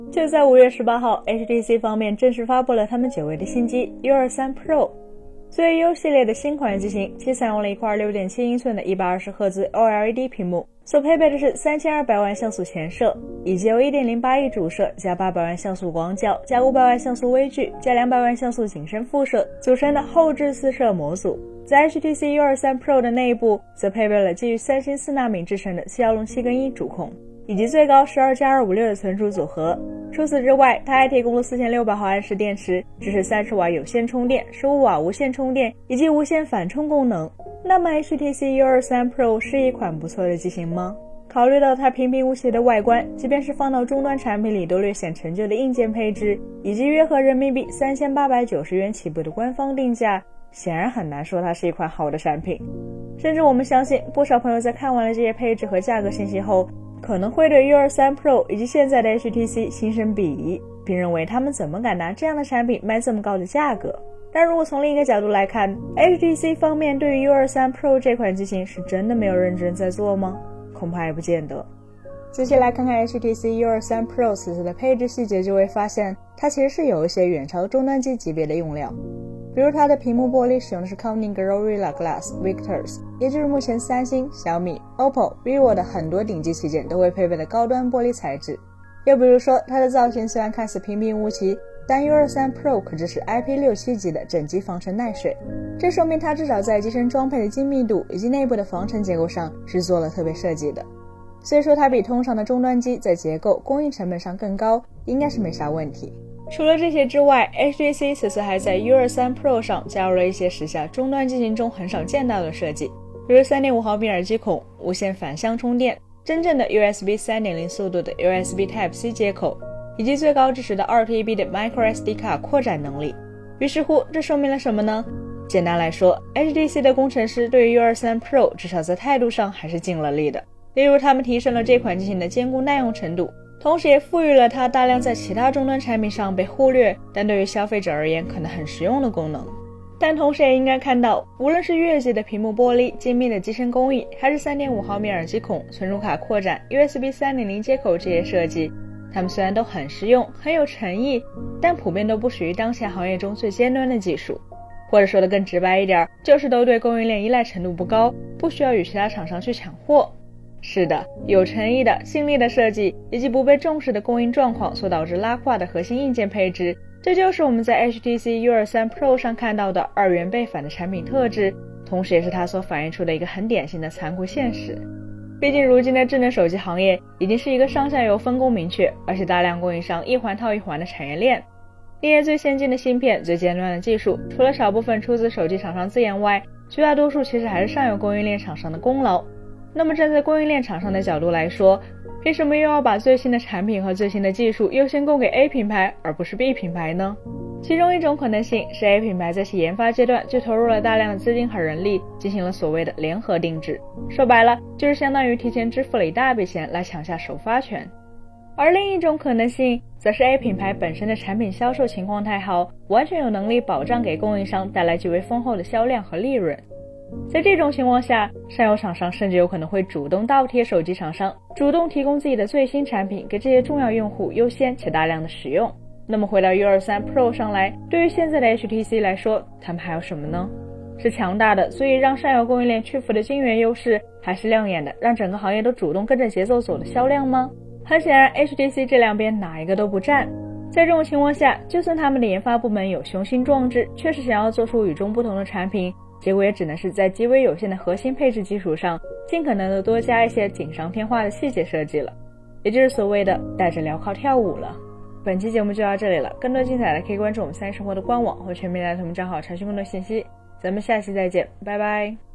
就在5月18号 HTC 方面正式发布了他们久违的新机 U23 Pro。作为 U 系列的新款机型，其采用了一块 6.7 英寸的 120Hz OLED 屏幕，所配备的是3200万像素前摄，以及由 1.08 亿主摄加800万像素广角加500万像素微距加200万像素景深副摄组成的后置四摄模组。在 HTC U23 Pro 的内部则配备了基于三星4纳米制成的716跟1主控，以及最高12+256的存储组合。除此之外，它还提供了4600毫安时电池，支持30瓦有线充电、15瓦无线充电以及无线反充功能。那么 HTC U23 Pro 是一款不错的机型吗？考虑到它平平无奇的外观，即便是放到终端产品里都略显陈旧的硬件配置，以及约合人民币3890元起步的官方定价，显然很难说它是一款好的产品。甚至我们相信，不少朋友在看完了这些配置和价格信息后，可能会对 U23 Pro 以及现在的 HTC 心生鄙夷，并认为他们怎么敢拿这样的产品卖这么高的价格。但如果从另一个角度来看， HTC 方面对于 U23 Pro 这款机型是真的没有认真在做吗？恐怕也不见得。仔细来看看 HTC U23 Pro 此次的配置细节，就会发现它其实是有一些远超终端机级别的用料。比如它的屏幕玻璃使用的是 Corning Gorilla Glass Victus， 也就是目前三星、小米、OPPO、vivo 的很多顶级旗舰都会配备的高端玻璃材质。又比如说它的造型虽然看似平平无奇，但 U23 Pro 可支持 IP67 级的整机防尘耐水，这说明它至少在机身装配的精密度以及内部的防尘结构上是做了特别设计的。所以说它比通常的终端机在结构、工艺成本上更高，应该是没啥问题。除了这些之外， HTC 此次还在 U23 Pro 上加入了一些时下终端机型中很少见到的设计，比如 3.5 毫米耳机孔、无线反向充电、真正的 USB 3.0 速度的 USB Type-C 接口，以及最高支持的 2TB 的 microSD 卡扩展能力。于是乎，这说明了什么呢？简单来说， HTC 的工程师对于 U23 Pro 至少在态度上还是尽了力的。例如他们提升了这款机型的坚固耐用程度，同时也赋予了它大量在其他终端产品上被忽略，但对于消费者而言可能很实用的功能。但同时也应该看到，无论是越级的屏幕玻璃、精密的机身工艺，还是 3.5 毫米耳机孔、存储卡扩展、USB 3.0 接口这些设计，它们虽然都很实用、很有诚意，但普遍都不属于当前行业中最尖端的技术。或者说的更直白一点，就是都对供应链依赖程度不高，不需要与其他厂商去抢货。是的，有诚意的、尽力的设计以及不被重视的供应状况所导致拉胯的核心硬件配置，这就是我们在 HTC U23 Pro 上看到的二元背反的产品特质，同时也是它所反映出的一个很典型的残酷现实。毕竟如今的智能手机行业已经是一个上下游分工明确，而且大量供应商一环套一环的产业链。那些最先进的芯片、最尖端的技术，除了少部分出自手机厂商自研外，绝大多数其实还是上游供应链厂商的功劳。那么站在供应链厂商的角度来说，为什么又要把最新的产品和最新的技术优先供给 A 品牌而不是 B 品牌呢？其中一种可能性是 A 品牌在其研发阶段就投入了大量的资金和人力，进行了所谓的联合定制，说白了就是相当于提前支付了一大笔钱来抢下首发权。而另一种可能性则是 A 品牌本身的产品销售情况太好，完全有能力保障给供应商带来极为丰厚的销量和利润。在这种情况下，上游厂商甚至有可能会主动倒贴手机厂商，主动提供自己的最新产品给这些重要用户优先且大量的使用。那么回到 U23 Pro 上来，对于现在的 HTC 来说，他们还有什么呢？是强大的所以让上游供应链屈服的晶圆优势，还是亮眼的让整个行业都主动跟着节奏走的销量吗？很显然 HTC 这两边哪一个都不占。在这种情况下，就算他们的研发部门有雄心壮志，确实想要做出与众不同的产品，结果也只能是在极为有限的核心配置基础上，尽可能的多加一些锦上添花的细节设计了，也就是所谓的带着镣铐跳舞了。本期节目就到这里了，更多精彩的可以关注我们三一生活的官网或全民大同账号查询更多信息。咱们下期再见，拜拜。